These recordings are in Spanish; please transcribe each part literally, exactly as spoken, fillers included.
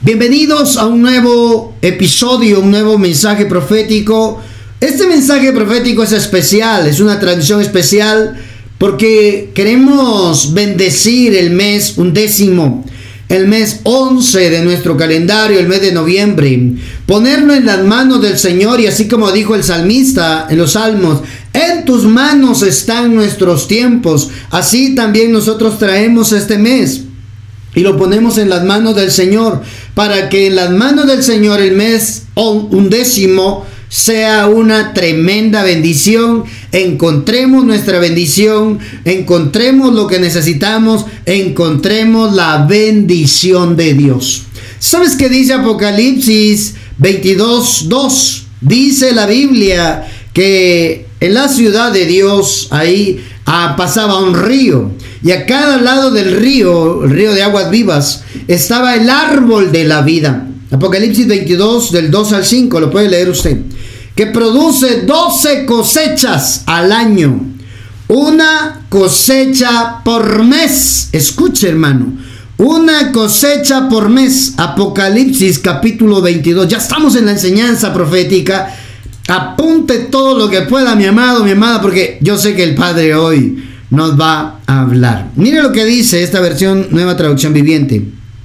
Bienvenidos a un nuevo episodio, un nuevo mensaje profético. Este mensaje profético es especial, es una transmisión especial porque queremos bendecir el mes undécimo, el mes once de nuestro calendario, el mes de noviembre, ponerlo en las manos del Señor, y así como dijo el salmista en los salmos: en tus manos están nuestros tiempos. Así también nosotros traemos este mes y lo ponemos en las manos del Señor, para que en las manos del Señor el mes undécimo sea una tremenda bendición. Encontremos nuestra bendición, encontremos lo que necesitamos, encontremos la bendición de Dios. ¿Sabes qué dice Apocalipsis veintidós dos? Dice la Biblia que en la ciudad de Dios ahí ah, pasaba un río, y a cada lado del río, el río de aguas vivas, estaba el árbol de la vida. Apocalipsis veintidós del dos al cinco, lo puede leer usted. Que produce doce cosechas al año, una cosecha por mes. Escuche, hermano, una cosecha por mes. Apocalipsis capítulo veintidós. Ya estamos en la enseñanza profética. Apunte todo lo que pueda, mi amado, mi amada, porque yo sé que el Padre hoy nos va a hablar. Mire lo que dice esta versión, Nueva Traducción Viviente.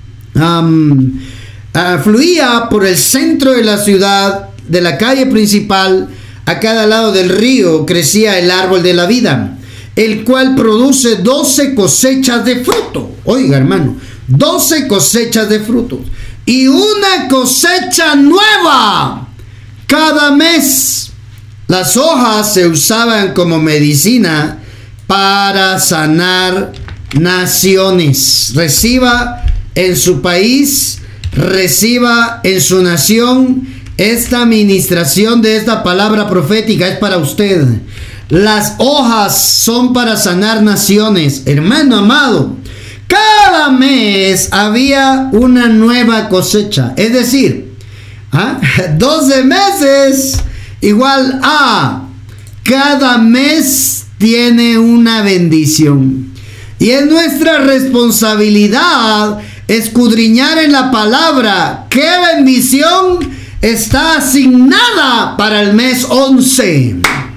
Um, uh, fluía por el centro de la ciudad, de la calle principal, a cada lado del río crecía el árbol de la vida, el cual produce doce cosechas de fruto. Oiga, hermano, doce cosechas de frutos y una cosecha nueva cada mes. Las hojas se usaban como medicina para sanar naciones. Reciba en su país, reciba en su nación esta administración de esta palabra profética. Es para usted. Las hojas son para sanar naciones. Hermano amado, cada mes había una nueva cosecha. Es decir, ¿ah? doce meses igual a cada mes tiene una bendición. Y es nuestra responsabilidad escudriñar en la palabra qué bendición está asignada para el mes once.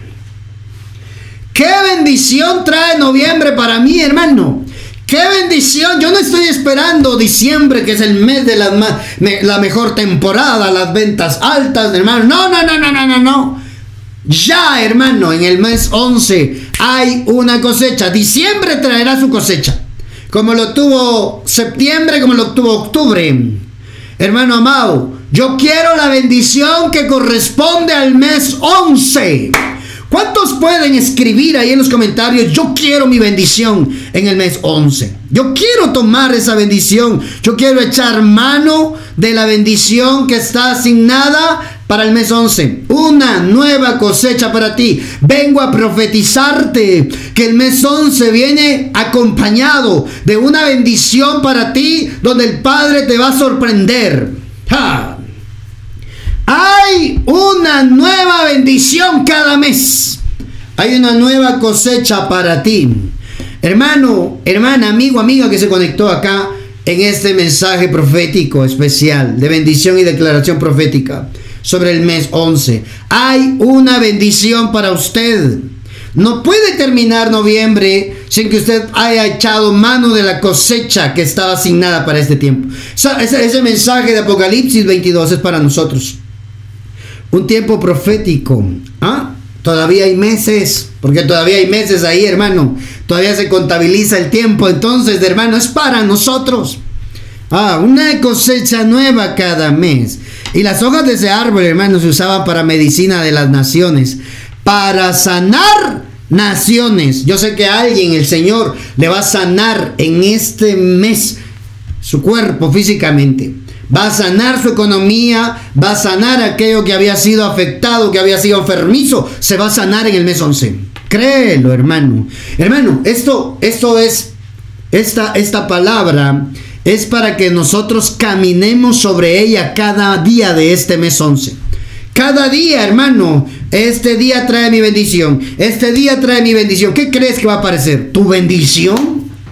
¿Qué bendición trae noviembre para mí, hermano? ¡Qué bendición! Yo no estoy esperando diciembre, que es el mes de la, me, la mejor temporada, las ventas altas, hermano. No, no, no, no, no, no, no. Ya, hermano, en el mes once hay una cosecha. Diciembre traerá su cosecha, como lo tuvo septiembre, como lo tuvo octubre. Hermano amado, yo quiero la bendición que corresponde al mes once. ¿Cuántos pueden escribir ahí en los comentarios: yo quiero mi bendición en el mes once? Yo quiero tomar esa bendición. Yo quiero echar mano de la bendición que está asignada para el mes once. Una nueva cosecha para ti. Vengo a profetizarte que el mes once viene acompañado de una bendición para ti, donde el Padre te va a sorprender. ¡Ja! Hay una nueva bendición cada mes. Hay una nueva cosecha para ti. Hermano, hermana, amigo, amiga que se conectó acá en este mensaje profético especial de bendición y declaración profética sobre el mes once. Hay una bendición para usted. No puede terminar noviembre sin que usted haya echado mano de la cosecha que estaba asignada para este tiempo. Ese, ese mensaje de Apocalipsis veintidós es para nosotros. Un tiempo profético. ¿Ah? Todavía hay meses, porque todavía hay meses ahí, hermano. Todavía se contabiliza el tiempo. Entonces, hermano, es para nosotros. Ah, una cosecha nueva cada mes. Y las hojas de ese árbol, hermano, se usaban para medicina de las naciones, para sanar naciones. Yo sé que a alguien el Señor le va a sanar en este mes su cuerpo físicamente. Va a sanar su economía, va a sanar aquello que había sido afectado, que había sido enfermizo. Se va a sanar en el mes once. Créelo, hermano. Hermano, esto, esto es, esta, esta palabra es para que nosotros caminemos sobre ella cada día de este mes once. Cada día, hermano, este día trae mi bendición. Este día trae mi bendición. ¿Qué crees que va a aparecer? ¿Tu bendición?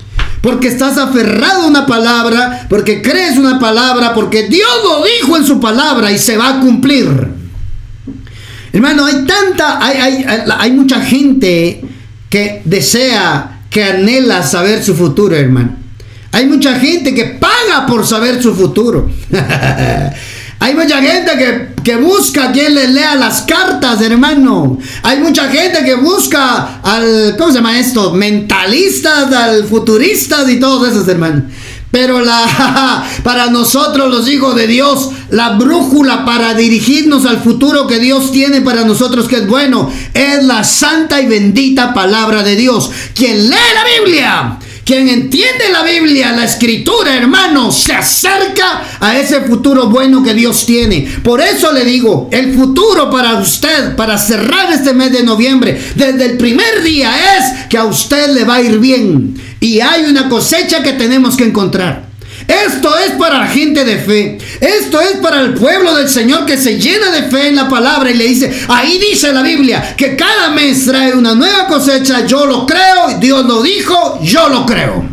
porque estás aferrado a una palabra, porque crees una palabra, porque Dios lo dijo en su palabra y se va a cumplir. Hermano, hay tanta, hay, hay, hay mucha gente que desea, que anhela saber su futuro, hermano. Hay mucha gente que paga por saber su futuro. Hay mucha gente que, que busca a quien le lea las cartas, hermano. Hay mucha gente que busca al, ¿cómo se llama esto? Mentalistas, al futuristas y todos esos, hermano. Pero la, para nosotros los hijos de Dios, la brújula para dirigirnos al futuro que Dios tiene para nosotros, que es bueno, es la santa y bendita palabra de Dios. Quien lee la Biblia, quien entiende la Biblia, la escritura, hermano, se acerca a ese futuro bueno que Dios tiene. Por eso le digo, el futuro para usted, para cerrar este mes de noviembre, desde el primer día, es que a usted le va a ir bien. Y hay una cosecha que tenemos que encontrar. Esto es para la gente de fe. Esto es para el pueblo del Señor que se llena de fe en la palabra y le dice, ahí dice la Biblia que cada mes trae una nueva cosecha. Yo lo creo, Dios lo dijo, yo lo creo.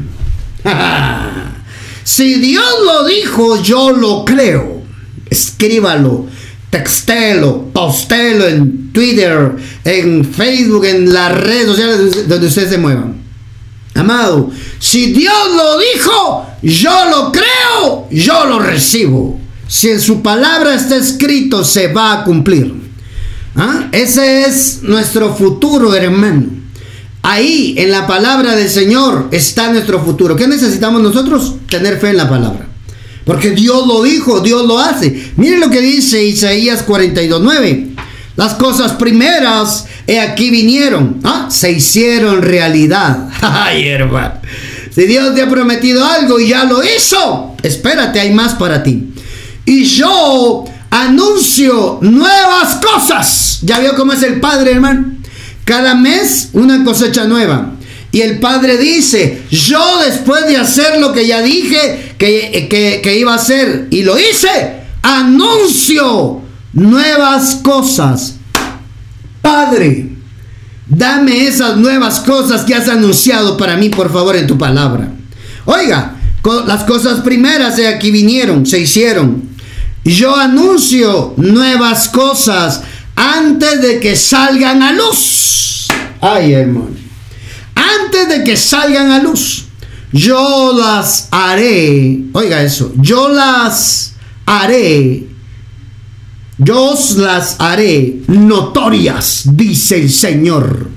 Si Dios lo dijo, yo lo creo. Escríbalo, textelo, postelo en Twitter, en Facebook, en las redes sociales donde ustedes se muevan. Amado, si Dios lo dijo, yo lo creo, yo lo recibo. Si en su palabra está escrito, se va a cumplir. ¿Ah? Ese es nuestro futuro, hermano. Ahí, en la palabra del Señor, está nuestro futuro. ¿Qué necesitamos nosotros? Tener fe en la palabra. Porque Dios lo dijo, Dios lo hace. Miren lo que dice Isaías cuarenta y dos, nueve. Las cosas primeras, he aquí vinieron, ¿ah? Se hicieron realidad. Ay, hermano. Si Dios te ha prometido algo y ya lo hizo, espérate, hay más para ti. Y yo anuncio nuevas cosas. ¿Ya vio cómo es el Padre, hermano? Cada mes una cosecha nueva. Y el Padre dice, yo después de hacer lo que ya dije que, que, que iba a hacer y lo hice, anuncio nuevas cosas. Padre, dame esas nuevas cosas que has anunciado para mí, por favor, en tu palabra. Oiga, las cosas primeras de aquí vinieron, se hicieron. Yo anuncio nuevas cosas antes de que salgan a luz. Ay, hermano. Antes de que salgan a luz, yo las haré. Oiga eso, yo las haré. Yo os las haré notorias, dice el Señor.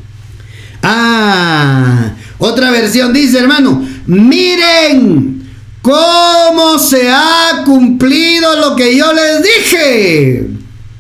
Ah, otra versión dice, hermano, miren cómo se ha cumplido lo que yo les dije.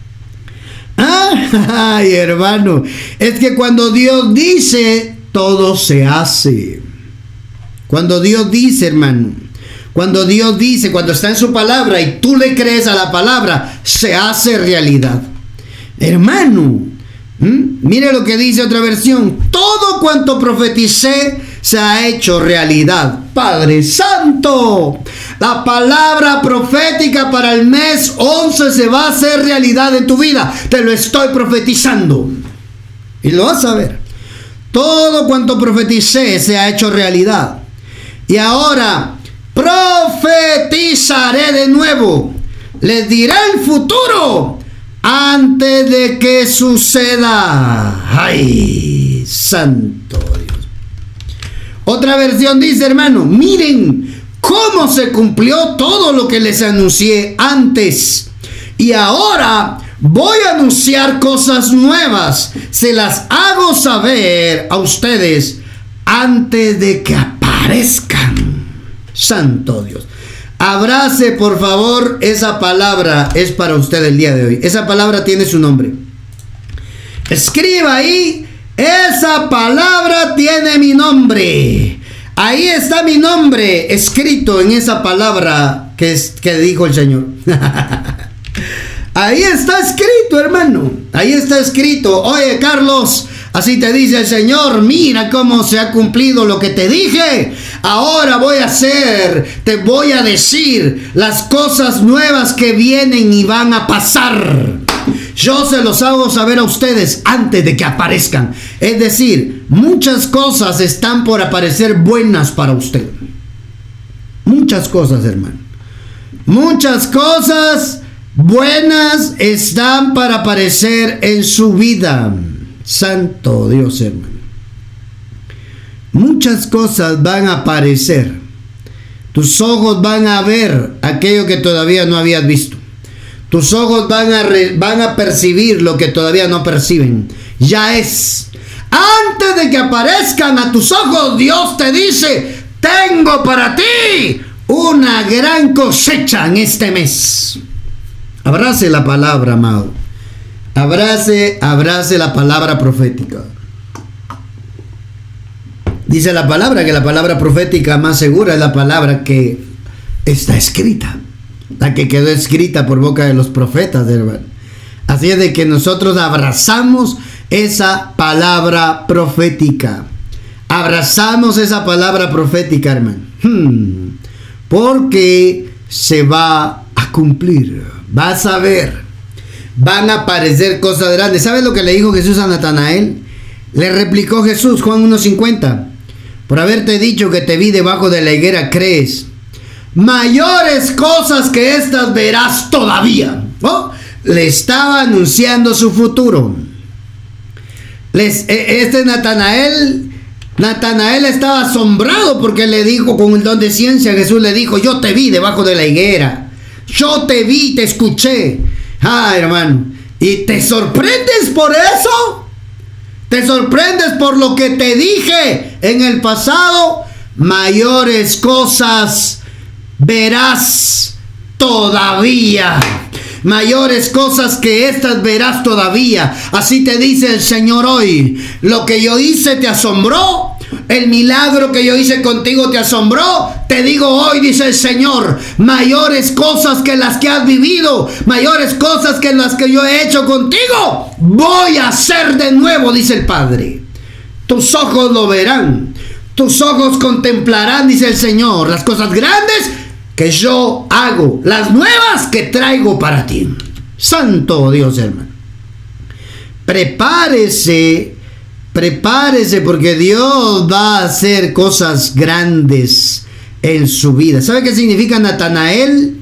Ah, ay, hermano, es que cuando Dios dice, todo se hace. Cuando Dios dice, hermano, cuando Dios dice, cuando está en su palabra y tú le crees a la palabra, se hace realidad. Hermano, ¿m? Mire lo que dice otra versión. Todo cuanto profeticé se ha hecho realidad. Padre Santo, la palabra profética para el mes once se va a hacer realidad en tu vida. Te lo estoy profetizando. Y lo vas a ver. Todo cuanto profeticé se ha hecho realidad. Y ahora profetizaré de nuevo. Les diré el futuro antes de que suceda. Ay, santo Dios. Otra versión dice, hermano, miren cómo se cumplió todo lo que les anuncié antes. Y ahora voy a anunciar cosas nuevas. Se las hago saber a ustedes antes de que aparezcan. Santo Dios. Abrace, por favor, esa palabra. Es para usted el día de hoy. Esa palabra tiene su nombre. Escriba ahí. Esa palabra tiene mi nombre. Ahí está mi nombre escrito en esa palabra que, es, que dijo el Señor. Ahí está escrito, hermano. Ahí está escrito. Oye, Carlos, así te dice el Señor, mira cómo se ha cumplido lo que te dije. Ahora voy a hacer, te voy a decir las cosas nuevas que vienen y van a pasar. Yo se los hago saber a ustedes antes de que aparezcan. Es decir, muchas cosas están por aparecer buenas para usted. Muchas cosas, hermano. Muchas cosas buenas están para aparecer en su vida. Santo Dios, hermano. Muchas cosas van a aparecer. Tus ojos van a ver aquello que todavía no habías visto. Tus ojos van a, re, van a percibir lo que todavía no perciben. Ya es. Antes de que aparezcan a tus ojos, Dios te dice: tengo para ti una gran cosecha en este mes. Abrace la palabra, amado. Abrace, abrace la palabra profética. Dice la palabra que la palabra profética más segura es la palabra que está escrita, la que quedó escrita por boca de los profetas, hermano. Así es de que nosotros abrazamos esa palabra profética. Abrazamos esa palabra profética, hermano. Hmm, porque se va a cumplir. Vas a ver. Van a aparecer cosas grandes. ¿Sabes lo que le dijo Jesús a Natanael? Le replicó Jesús, Juan uno cincuenta. Por haberte dicho que te vi debajo de la higuera, crees. Mayores cosas que estas verás todavía. ¿Oh? Le estaba anunciando su futuro. Les, este Natanael, Natanael estaba asombrado porque le dijo con el don de ciencia. Jesús le dijo: yo te vi debajo de la higuera. Yo te vi, te escuché. Ah, hermano. ¿Y te sorprendes por eso? ¿Te sorprendes por lo que te dije en el pasado? Mayores cosas verás todavía. Mayores cosas que estas verás todavía. Así te dice el Señor hoy. Lo que yo hice te asombró. El milagro que yo hice contigo te asombró. Te digo hoy, dice el Señor, mayores cosas que las que has vivido, mayores cosas que las que yo he hecho contigo, voy a hacer de nuevo, dice el Padre. Tus ojos lo verán. Tus ojos contemplarán, dice el Señor, las cosas grandes que yo hago, las nuevas que traigo para ti. Santo Dios, hermano. Prepárese, prepárese porque Dios va a hacer cosas grandes en su vida. ¿Sabe qué significa Natanael?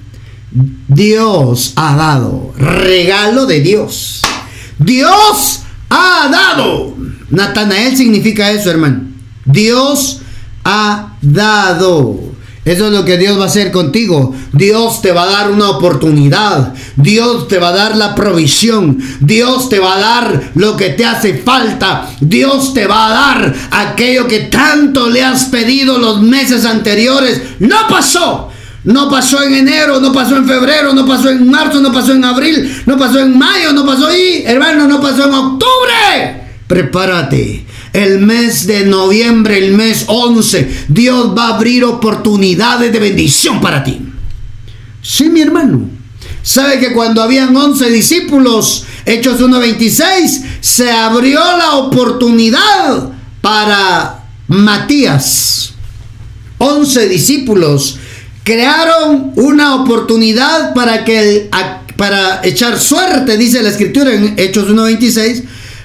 Dios ha dado. Regalo de Dios. Dios ha dado. Natanael significa eso, hermano. Dios ha dado. Eso es lo que Dios va a hacer contigo. Dios te va a dar una oportunidad. Dios te va a dar la provisión. Dios te va a dar lo que te hace falta. Dios te va a dar aquello que tanto le has pedido los meses anteriores. No pasó. No pasó en enero, no pasó en febrero, no pasó en marzo, no pasó en abril, no pasó en mayo, no pasó ahí, hermano, no pasó en octubre. Prepárate. El mes de noviembre, el mes once, Dios va a abrir oportunidades de bendición para ti. Sí, mi hermano. ¿Sabe que cuando habían once discípulos, Hechos uno veintiséis, se abrió la oportunidad para Matías? once discípulos crearon una oportunidad para que para echar suerte, dice la escritura en Hechos uno veintiséis,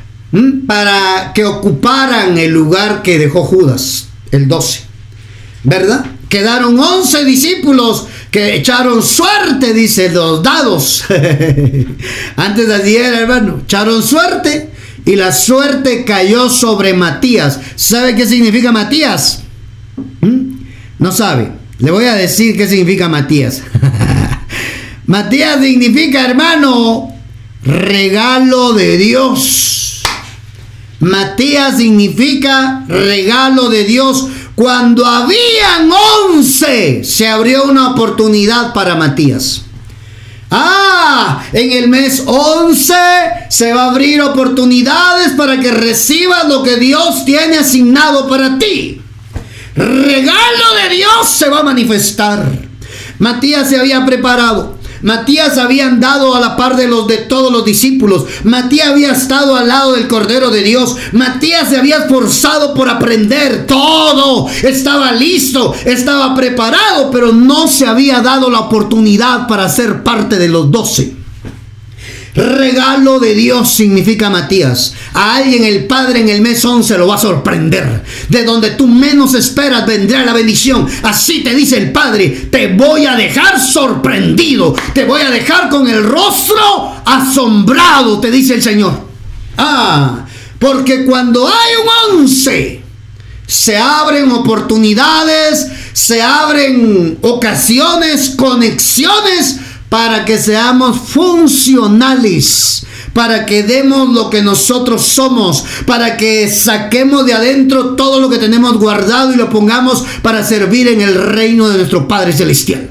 para que ocuparan el lugar que dejó Judas, el doce, ¿verdad? Quedaron once discípulos que echaron suerte, dice, los dados. Antes así era, hermano, echaron suerte y la suerte cayó sobre Matías. ¿Sabe qué significa Matías? ¿Mm? No sabe. Le voy a decir qué significa Matías. Matías significa, hermano, regalo de Dios. Matías significa regalo de Dios. Cuando habían once, se abrió una oportunidad para Matías. Ah, en el mes once se va a abrir oportunidades para que recibas lo que Dios tiene asignado para ti. Regalo de Dios se va a manifestar. Matías se había preparado. Matías había andado a la par de los de todos los discípulos. Matías había estado al lado del Cordero de Dios. Matías se había esforzado por aprender todo. Estaba listo, estaba preparado, pero no se había dado la oportunidad para ser parte de los doce. Regalo de Dios significa Matías. A alguien el Padre en el mes once lo va a sorprender. De donde tú menos esperas vendrá la bendición. Así te dice el Padre: te voy a dejar sorprendido. Te voy a dejar con el rostro asombrado, te dice el Señor. Ah, porque cuando hay un once, se abren oportunidades, se abren ocasiones, conexiones, para que seamos funcionales, para que demos lo que nosotros somos, para que saquemos de adentro todo lo que tenemos guardado y lo pongamos para servir en el reino de nuestro Padre Celestial.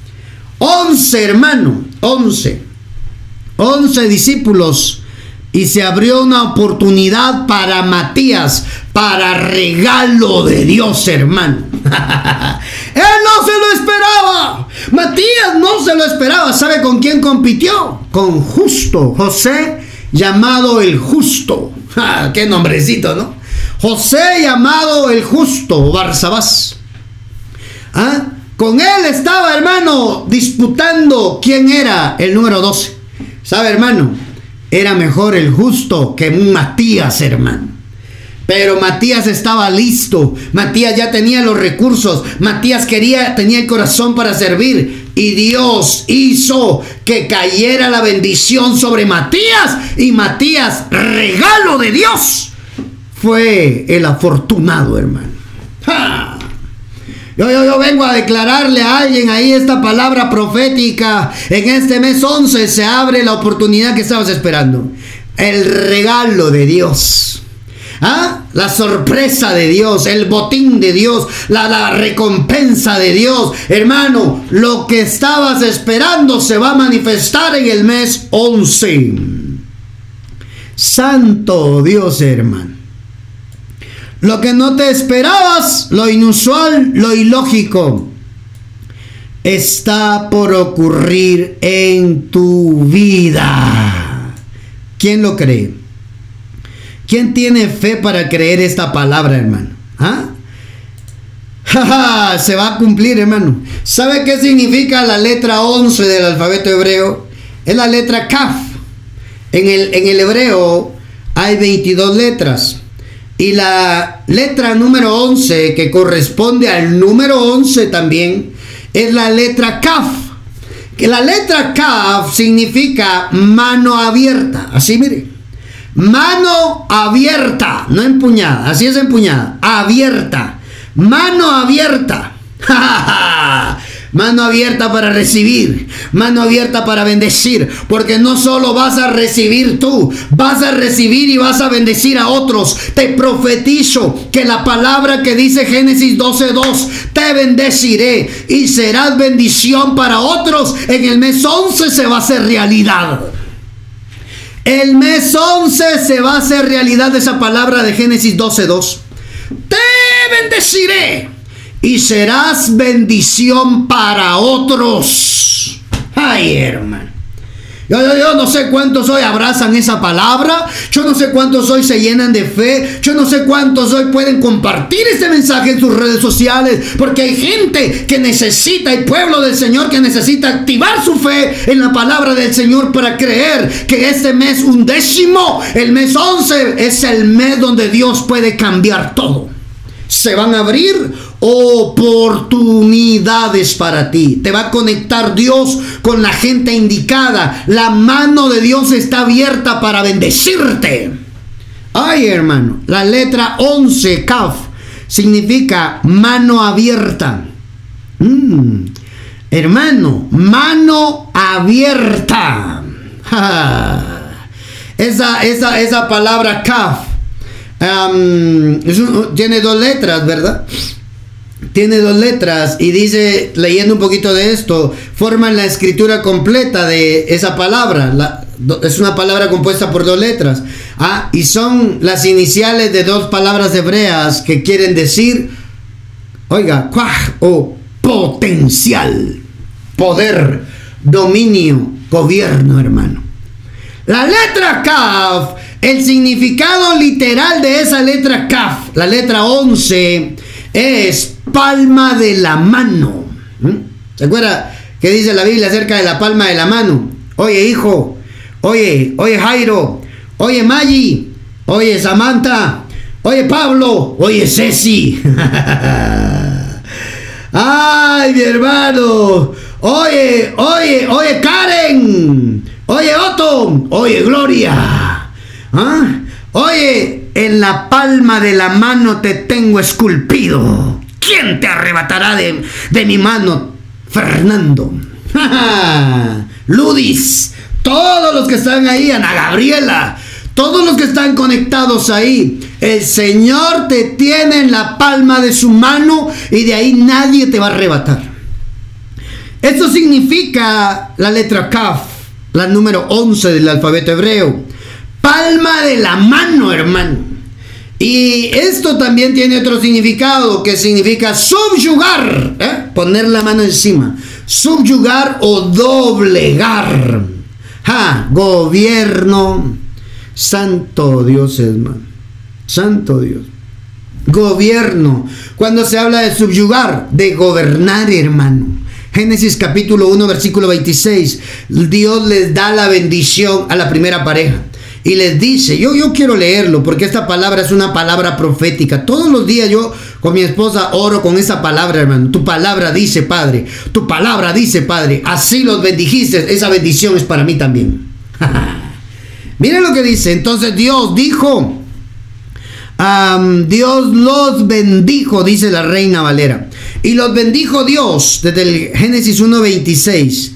Once, hermano, once. Once discípulos. Y se abrió una oportunidad para Matías, para regalo de Dios, hermano. Él no se lo esperaba. Matías no se lo esperaba. ¿Sabe con quién compitió? Con Justo, José, llamado el Justo. ¡Qué nombrecito!, ¿no? José, llamado el Justo, Barsabás. ¿Ah? Con él estaba, hermano, disputando quién era el número doce. ¿Sabe, hermano? Era mejor el Justo que un Matías, hermano. Pero Matías estaba listo. Matías ya tenía los recursos. Matías quería, tenía el corazón para servir. Y Dios hizo que cayera la bendición sobre Matías. Y Matías, regalo de Dios, fue el afortunado, hermano. ¡Ja! Yo, yo, yo vengo a declararle a alguien ahí esta palabra profética. En este mes once se abre la oportunidad que estabas esperando. El regalo de Dios. ¿Ah? La sorpresa de Dios, el botín de Dios, la, la recompensa de Dios. Hermano, lo que estabas esperando se va a manifestar en el mes once. Santo Dios, hermano. Lo que no te esperabas, lo inusual, lo ilógico, está por ocurrir en tu vida. ¿Quién lo cree? ¿Quién tiene fe para creer esta palabra, hermano? ¿Ah? ¡Ja, ja! Se va a cumplir, hermano. ¿Sabe qué significa la letra once del alfabeto hebreo? Es la letra Kaf. En el, en el hebreo hay veintidós letras. Y la letra número once, que corresponde al número once también, es la letra Kaf. Que la letra Kaf significa mano abierta. Así, mire. Mano abierta, no empuñada. Así es empuñada. Abierta. Mano abierta. ¡Ja, ja, ja! Mano abierta para recibir, mano abierta para bendecir, porque no solo vas a recibir tú, vas a recibir y vas a bendecir a otros. Te profetizo que la palabra que dice Génesis doce dos, te bendeciré y serás bendición para otros, en el mes once se va a hacer realidad. El mes once se va a hacer realidad esa palabra de Génesis doce dos. Te bendeciré y serás bendición para otros. Ay, hermano. Yo, yo, yo no sé cuántos hoy abrazan esa palabra. Yo no sé cuántos hoy se llenan de fe. Yo no sé cuántos hoy pueden compartir este mensaje en sus redes sociales. Porque hay gente que necesita, el pueblo del Señor que necesita activar su fe en la palabra del Señor para creer que este mes undécimo, el mes once, es el mes donde Dios puede cambiar todo. Se van a abrir oportunidades para ti. Te va a conectar Dios con la gente indicada. La mano de Dios está abierta para bendecirte. Ay, hermano, la letra once, Kaf, significa mano abierta. Mm, hermano, mano abierta. esa, esa, esa palabra Kaf Um, es un, tiene dos letras, ¿verdad? Tiene dos letras y dice, leyendo un poquito de esto, forman la escritura completa de esa palabra. La, do, es una palabra compuesta por dos letras. Ah, y son las iniciales de dos palabras hebreas que quieren decir, oiga, kuaj, o potencial, poder, dominio, gobierno, hermano. La letra Kaf, el significado literal de esa letra Kaf, la letra once, es palma de la mano. ¿Se acuerda que dice la Biblia acerca de la palma de la mano? Oye, hijo, Oye, oye Jairo, oye Maggie, oye Samantha, oye Pablo, oye Ceci. Ay, mi hermano. Oye, oye, oye Karen, oye Otto, oye Gloria. ¿Ah? Oye, en la palma de la mano te tengo esculpido. ¿Quién te arrebatará de, de mi mano? Fernando. Ludis. Todos los que están ahí, Ana Gabriela. Todos los que están conectados ahí. El Señor te tiene en la palma de su mano y de ahí nadie te va a arrebatar. Esto significa la letra Kaf, la número once del alfabeto hebreo. Palma de la mano, hermano. Y esto también tiene otro significado, que significa subyugar, ¿eh? Poner la mano encima. Subyugar o doblegar. Ja, gobierno. Santo Dios, hermano. Santo Dios. Gobierno. Cuando se habla de subyugar, de gobernar, hermano. Génesis capítulo uno, versículo veintiséis. Dios les da la bendición a la primera pareja. Y les dice, yo, yo quiero leerlo porque esta palabra es una palabra profética. Todos los días yo con mi esposa oro con esa palabra, hermano. Tu palabra dice, Padre. Tu palabra dice, Padre. Así los bendijiste. Esa bendición es para mí también. Miren lo que dice. Entonces Dios dijo, um, Dios los bendijo, dice la Reina Valera. Y los bendijo Dios desde el Génesis uno veintiséis.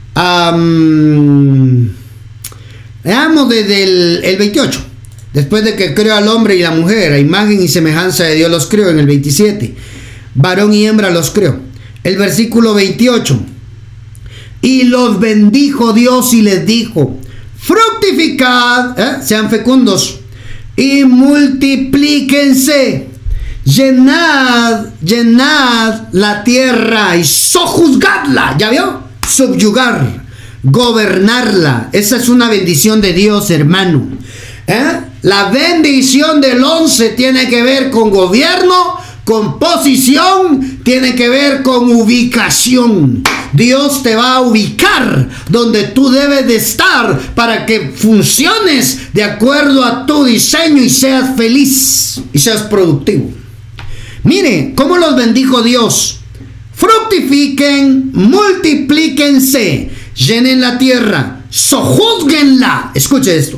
Um, veamos desde el, el veintiocho. Después de que creó al hombre y la mujer, a imagen y semejanza de Dios los creó, en el veintisiete. Varón y hembra los creó. El versículo veintiocho. Y los bendijo Dios y les dijo, fructificad, ¿eh? Sean fecundos y multiplíquense, llenad, llenad la tierra y sojuzgadla. ¿Ya vio? Subyugar, gobernarla. Esa es una bendición de Dios, hermano. ¿Eh? La bendición del once tiene que ver con gobierno, con posición, tiene que ver con ubicación. Dios te va a ubicar donde tú debes de estar para que funciones de acuerdo a tu diseño y seas feliz y seas productivo. Mire cómo los bendijo Dios. Fructifiquen, multiplíquense, llenen la tierra, sojuzguenla. Escuche esto.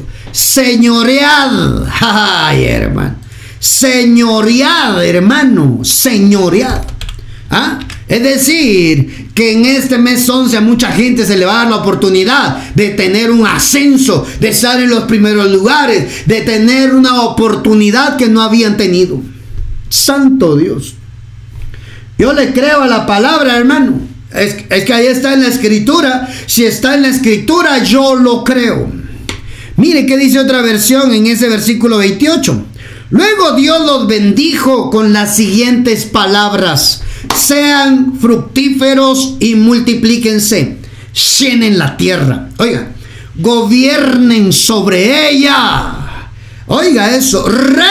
Señoread. Ay, hermano. Señoread, hermano. Señoread. ¿Ah? Es decir, que en este mes once a mucha gente se le va a dar la oportunidad de tener un ascenso, de estar en los primeros lugares, de tener una oportunidad que no habían tenido. Santo Dios. Yo le creo a la palabra, hermano. Es, es que ahí está en la escritura. Si está en la escritura, yo lo creo. Mire qué dice otra versión en ese versículo veintiocho. Luego Dios los bendijo con las siguientes palabras. Sean fructíferos y multiplíquense. Llenen la tierra. Oiga, gobiernen sobre ella. Oiga eso.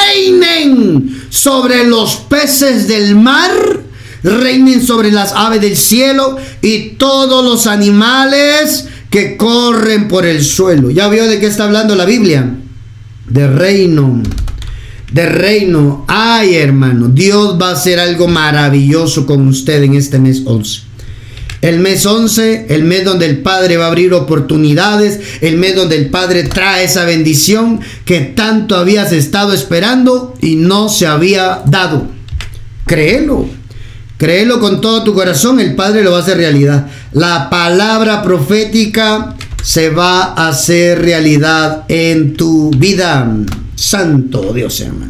Reinen sobre los peces del mar. Reinen sobre las aves del cielo y todos los animales que corren por el suelo. ¿Ya vio de qué está hablando la Biblia? De reino. De reino. Ay, hermano, Dios va a hacer algo maravilloso con usted en este mes once. El mes once, el mes donde el Padre va a abrir oportunidades, el mes donde el Padre trae esa bendición que tanto habías estado esperando y no se había dado. Créelo. Créelo con todo tu corazón, el Padre lo va a hacer realidad. La palabra profética se va a hacer realidad en tu vida. Santo Dios, hermano.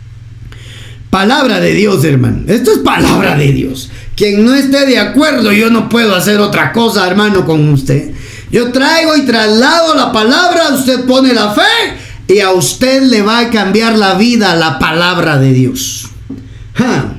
Palabra de Dios, hermano. Esto es palabra de Dios. Quien no esté de acuerdo, yo no puedo hacer otra cosa, hermano, con usted. Yo traigo y traslado la palabra, usted pone la fe y a usted le va a cambiar la vida la palabra de Dios. ¡Ja!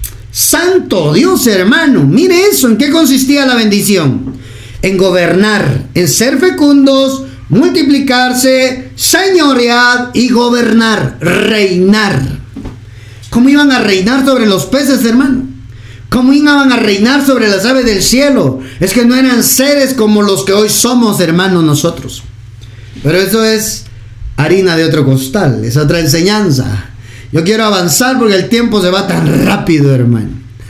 Santo Dios, hermano. Mire eso, ¿en qué consistía la bendición? En gobernar, en ser fecundos, multiplicarse, señorear y gobernar, reinar. ¿Cómo iban a reinar sobre los peces, hermano? ¿Cómo iban a reinar sobre las aves del cielo? Es que no eran seres como los que hoy somos, hermanos, nosotros. Pero eso es harina de otro costal, es otra enseñanza. Yo quiero avanzar porque el tiempo se va tan rápido, hermano.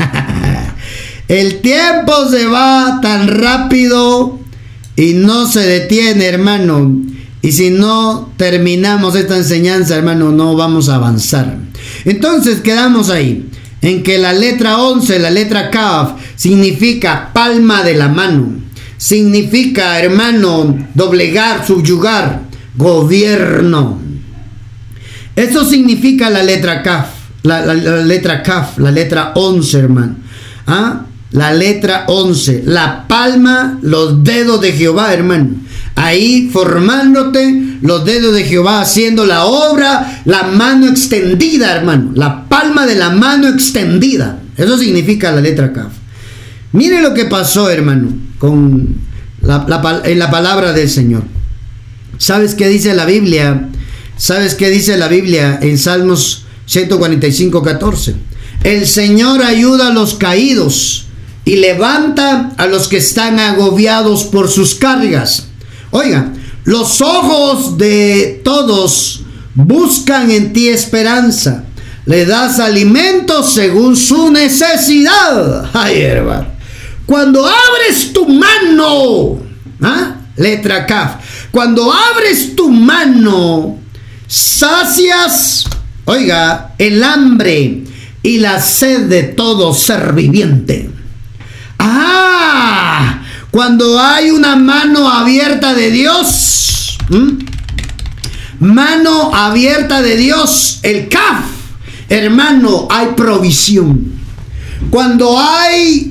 El tiempo se va tan rápido y no se detiene, hermano. Y si no terminamos esta enseñanza, hermano, no vamos a avanzar. Entonces quedamos ahí, en que la letra once, la letra Kaf, significa palma de la mano. Significa, hermano, doblegar, subyugar, gobierno. Eso significa la letra Kaf, la, la, la letra Kaf, la letra once, hermano. ¿Ah? La letra once, la palma, los dedos de Jehová, hermano. Ahí formándote los dedos de Jehová, haciendo la obra, la mano extendida, hermano. La palma de la mano extendida. Eso significa la letra Kaf. Mire lo que pasó, hermano, con la, la, en la palabra del Señor. ¿Sabes qué dice la Biblia? ¿Sabes qué dice la Biblia en Salmos ciento cuarenta y cinco, catorce? El Señor ayuda a los caídos y levanta a los que están agobiados por sus cargas. Oiga, los ojos de todos buscan en ti esperanza. Le das alimento según su necesidad. Ay, hermano. Cuando abres tu mano, ¿ah? Letra Kaf. Cuando abres tu mano, sacias, oiga, el hambre y la sed de todo ser viviente. Ah, cuando hay una mano abierta de Dios, ¿m? mano abierta de Dios, el Kaf, hermano, hay provisión. Cuando hay,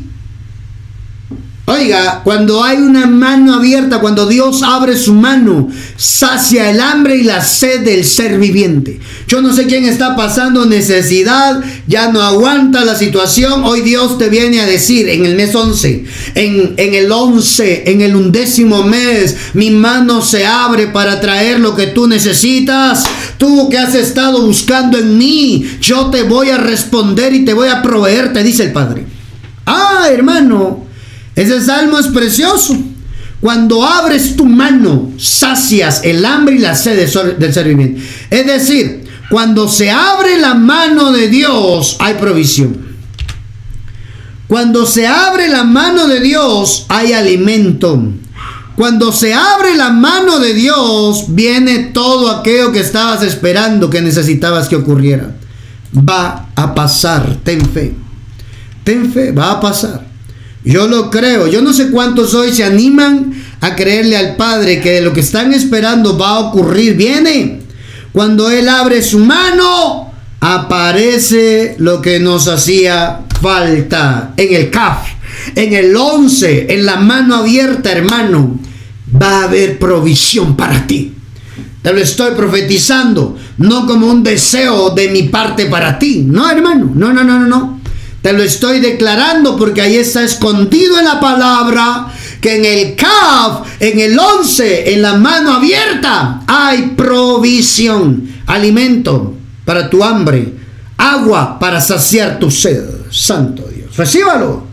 oiga, cuando hay una mano abierta, cuando Dios abre su mano, sacia el hambre y la sed del ser viviente. Yo no sé quién está pasando necesidad, ya no aguanta la situación. Hoy Dios te viene a decir en el mes once, en, en el once, en el undécimo mes, mi mano se abre para traer lo que tú necesitas. Tú que has estado buscando en mí, yo te voy a responder y te voy a proveer, te dice el Padre. Ah, hermano, ese salmo es precioso. Cuando abres tu mano, sacias el hambre y la sed del ser viviente. Es decir, cuando se abre la mano de Dios, hay provisión. Cuando se abre la mano de Dios, hay alimento. Cuando se abre la mano de Dios, viene todo aquello que estabas esperando, que necesitabas que ocurriera. Va a pasar, ten fe. Ten fe, va a pasar. Yo lo creo. Yo no sé cuántos hoy se animan a creerle al Padre que de lo que están esperando va a ocurrir. Viene. Cuando Él abre su mano, aparece lo que nos hacía falta. En el Kaf, en el once, en la mano abierta, hermano, va a haber provisión para ti. Te lo estoy profetizando, no como un deseo de mi parte para ti. No, hermano, no, no, no, no, no. Te lo estoy declarando porque ahí está escondido en la palabra que en el Kaf, en el once, en la mano abierta, hay provisión, alimento para tu hambre, agua para saciar tu sed. Santo Dios, recíbalo.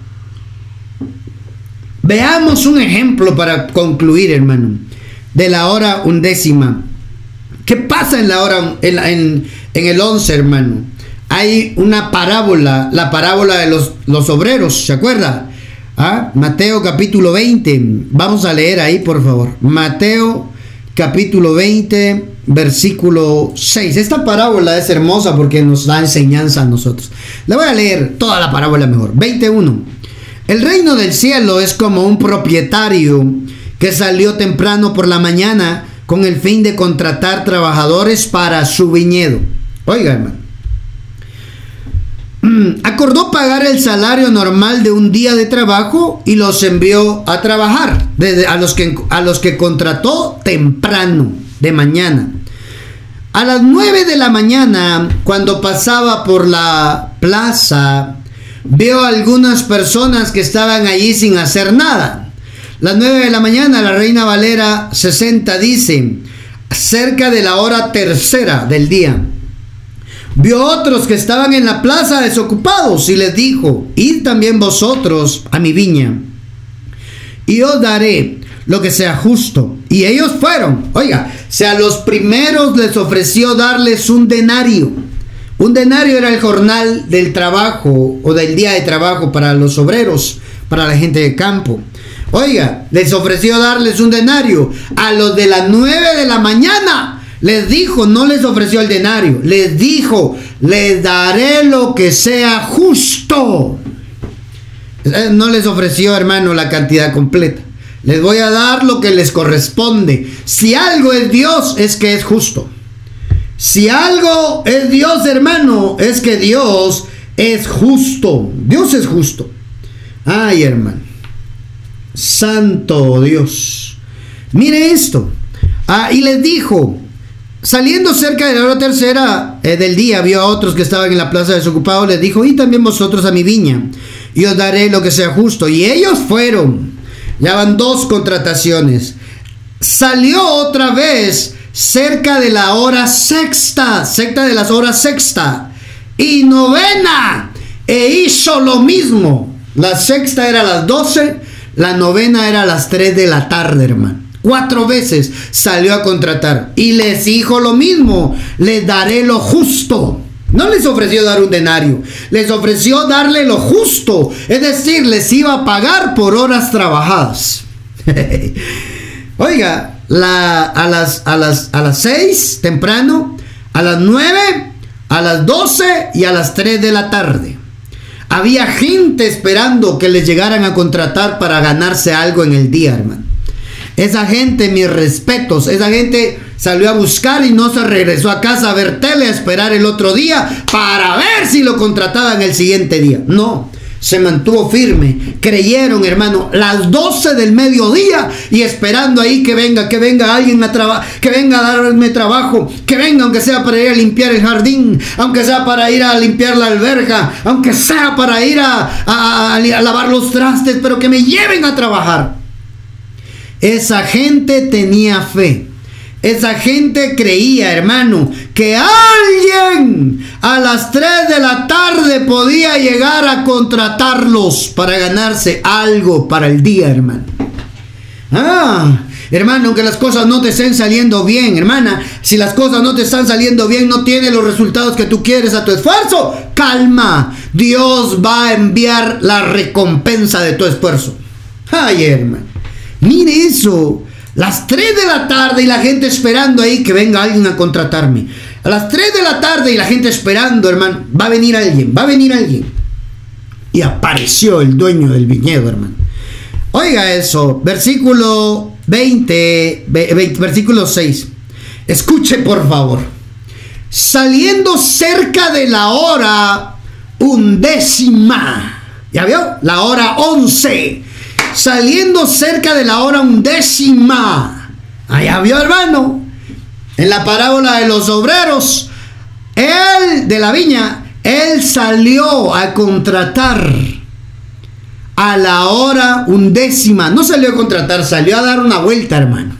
Veamos un ejemplo para concluir, hermano, de la hora undécima. ¿Qué pasa en la hora, en, en, en el once, hermano? Hay una parábola, la parábola de los, los obreros, ¿se acuerda? ¿Ah? Mateo capítulo veinte, vamos a leer ahí por favor. Mateo capítulo veinte, versículo seis. Esta parábola es hermosa porque nos da enseñanza a nosotros. Le voy a leer toda la parábola mejor. veintiuno. El reino del cielo es como un propietario que salió temprano por la mañana con el fin de contratar trabajadores para su viñedo. Oiga, hermano. Acordó pagar el salario normal de un día de trabajo y los envió a trabajar, desde a los que, a los que contrató temprano, de mañana. A las nueve de la mañana, cuando pasaba por la plaza, vio a algunas personas que estaban allí sin hacer nada. Las nueve de la mañana, la Reina Valera sesenta dice, cerca de la hora tercera del día. Vio otros que estaban en la plaza desocupados y les dijo, id también vosotros a mi viña, y os daré lo que sea justo. Y ellos fueron. Oiga, si a los primeros les ofreció darles un denario. Un denario era el jornal del trabajo o del día de trabajo para los obreros, para la gente de campo. Oiga, les ofreció darles un denario. A los de las nueve de la mañana les dijo, no les ofreció el denario, les dijo, les daré lo que sea justo. No les ofreció, hermano, la cantidad completa. Les voy a dar lo que les corresponde. Si algo es Dios, es que es justo. Si algo es Dios, hermano, es que Dios es justo. Dios es justo. Ay, hermano. Santo Dios. Mire esto. Ah, y les dijo, saliendo cerca de la hora tercera eh, del día, vio a otros que estaban en la plaza desocupados, les dijo, y también vosotros a mi viña, y os daré lo que sea justo. Y ellos fueron. Ya van dos contrataciones. Salió otra vez cerca de la hora sexta, cerca de las horas sexta y novena, e hizo lo mismo. La sexta era a las doce, la novena era a las tres de la tarde, hermano. Cuatro veces salió a contratar y les dijo lo mismo, les daré lo justo. No les ofreció dar un denario, les ofreció darle lo justo, es decir, les iba a pagar por horas trabajadas. Oiga, la, a las a las a las seis temprano, a las nueve, a las doce y a las tres de la tarde. Había gente esperando que les llegaran a contratar para ganarse algo en el día, hermano. Esa gente, mis respetos, esa gente salió a buscar y no se regresó a casa a ver tele, a esperar el otro día para ver si lo contrataban el siguiente día. No, se mantuvo firme, creyeron, hermano, las doce del mediodía y esperando ahí que venga, que venga alguien a trabajar, que venga a darme trabajo, que venga aunque sea para ir a limpiar el jardín, aunque sea para ir a limpiar la alberca, aunque sea para ir a, a, a, a lavar los trastes, pero que me lleven a trabajar. Esa gente tenía fe. Esa gente creía, hermano, que alguien a las tres de la tarde podía llegar a contratarlos para ganarse algo para el día, hermano. Ah, hermano, aunque las cosas no te estén saliendo bien, hermana, si las cosas no te están saliendo bien, no tienes los resultados que tú quieres a tu esfuerzo, calma, Dios va a enviar la recompensa de tu esfuerzo. Ay, hermano. Mire eso, las tres de la tarde y la gente esperando ahí que venga alguien a contratarme. A las tres de la tarde y la gente esperando, hermano, va a venir alguien, va a venir alguien. Y apareció el dueño del viñedo, hermano. Oiga eso, versículo veinte, veinte, versículo seis. Escuche por favor. Saliendo cerca de la hora undécima. ¿Ya vio? La hora once. Saliendo cerca de la hora undécima. Allá vio, hermano, en la parábola de los obreros, él de la viña, él salió a contratar a la hora undécima. No salió a contratar, salió a dar una vuelta, hermano.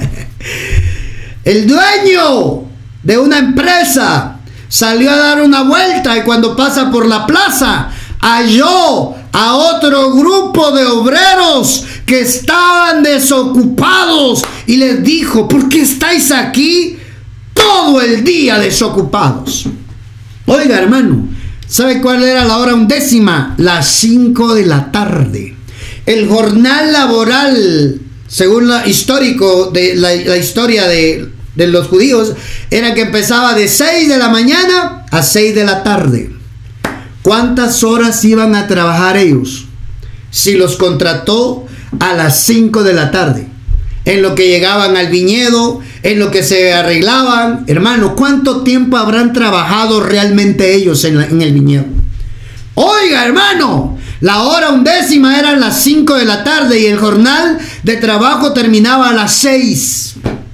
El dueño de una empresa salió a dar una vuelta y cuando pasa por la plaza halló a otro grupo de obreros que estaban desocupados y les dijo, ¿por qué estáis aquí todo el día desocupados? Oiga, hermano, ¿sabe cuál era la hora undécima? Las cinco de la tarde. El jornal laboral, según lo histórico de la, la historia de, de los judíos, era que empezaba de seis de la mañana a seis de la tarde. ¿Cuántas horas iban a trabajar ellos? Si los contrató a las cinco de la tarde, en lo que llegaban al viñedo, en lo que se arreglaban, hermano, ¿cuánto tiempo habrán trabajado realmente ellos en, la, en el viñedo? Oiga, hermano, la hora undécima eran las cinco de la tarde y el jornal de trabajo terminaba a las seis.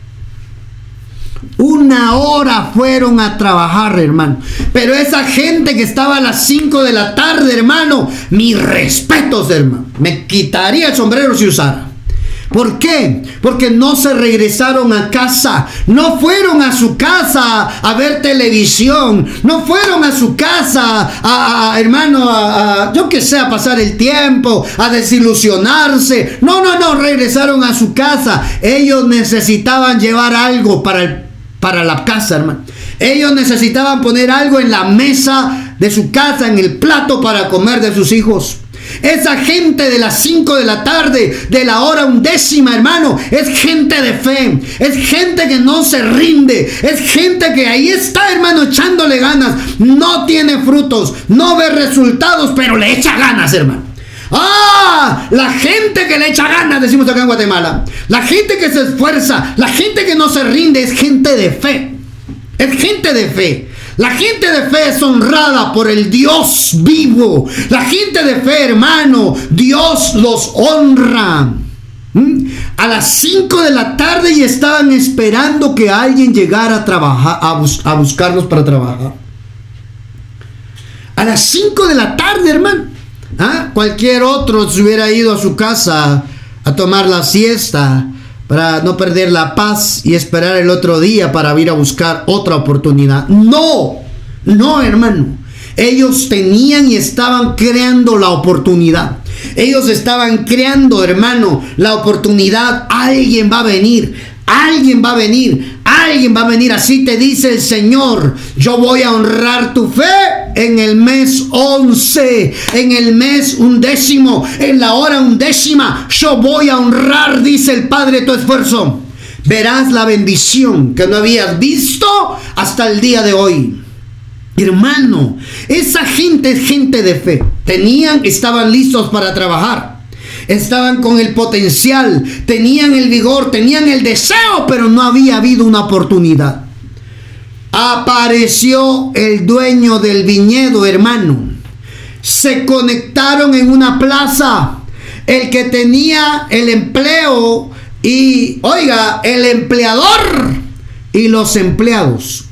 Una hora fueron a trabajar, hermano. Pero esa gente que estaba a las cinco de la tarde, hermano, mis respetos, hermano. Me quitaría el sombrero si usara. ¿Por qué? Porque no se regresaron a casa, no fueron a su casa a ver televisión, no fueron a su casa, a, a hermano, a, a, yo que sé, a pasar el tiempo, a desilusionarse. No, no, no, regresaron a su casa. Ellos necesitaban llevar algo para, el, para la casa, hermano. Ellos necesitaban poner algo en la mesa de su casa, en el plato para comer de sus hijos. Esa gente de las cinco de la tarde, de la hora undécima, hermano, es gente de fe, es gente que no se rinde, es gente que ahí está, hermano, echándole ganas. No tiene frutos, no ve resultados, pero le echa ganas, hermano. Ah, la gente que le echa ganas, decimos acá en Guatemala. La gente que se esfuerza, la gente que no se rinde, es gente de fe. Es gente de fe. La gente de fe es honrada por el Dios vivo. La gente de fe, hermano, Dios los honra. ¿Mm? A las cinco de la tarde y estaban esperando que alguien llegara a trabajar, a, bus a buscarlos para trabajar. A las cinco de la tarde, hermano. ¿Ah? Cualquier otro se hubiera ido a su casa a tomar la siesta para no perder la paz y esperar el otro día para ir a buscar otra oportunidad. No, no, hermano. Ellos tenían y estaban creando la oportunidad. Ellos estaban creando, hermano, la oportunidad. Alguien va a venir, alguien va a venir, alguien va a venir. Así te dice el Señor: yo voy a honrar tu fe en el mes once, en el mes undécimo, en la hora undécima. Yo voy a honrar, dice el Padre, tu esfuerzo. Verás la bendición que no habías visto hasta el día de hoy. Hermano, esa gente es gente de fe. Tenían, estaban listos para trabajar. Estaban con el potencial, tenían el vigor, tenían el deseo, pero no había habido una oportunidad. Apareció el dueño del viñedo, hermano. Se conectaron en una plaza. El que tenía el empleo y, oiga, el empleador y los empleados.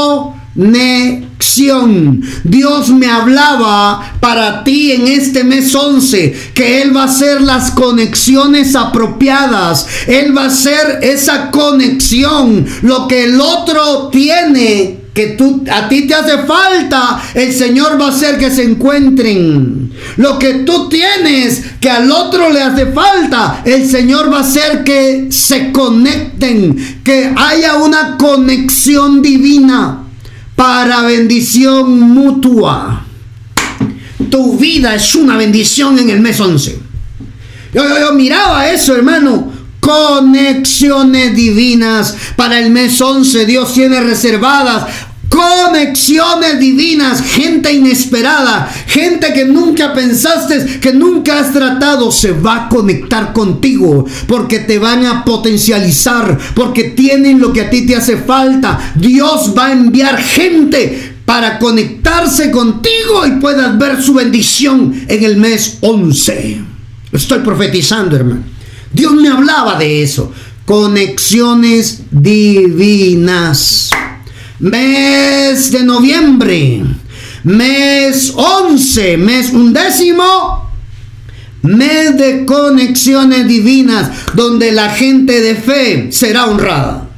Conexión. Dios me hablaba para ti en este mes once que Él va a hacer las conexiones apropiadas. Él va a hacer esa conexión. Lo que el otro tiene, que tú, a ti te hace falta, el Señor va a hacer que se encuentren. Lo que tú tienes, que al otro le hace falta, el Señor va a hacer que se conecten, que haya una conexión divina para bendición mutua. Tu vida es una bendición en el mes once. Yo, yo, yo miraba eso, hermano. Conexiones divinas para el mes once. Dios tiene reservadas conexiones divinas. Gente inesperada, gente que nunca pensaste, que nunca has tratado, se va a conectar contigo porque te van a potencializar, porque tienen lo que a ti te hace falta. Dios va a enviar gente para conectarse contigo y puedas ver su bendición en el mes once. Estoy profetizando, hermano. Dios me hablaba de eso. Conexiones divinas. Mes de noviembre, mes once, mes undécimo, mes de conexiones divinas, donde la gente de fe será honrada.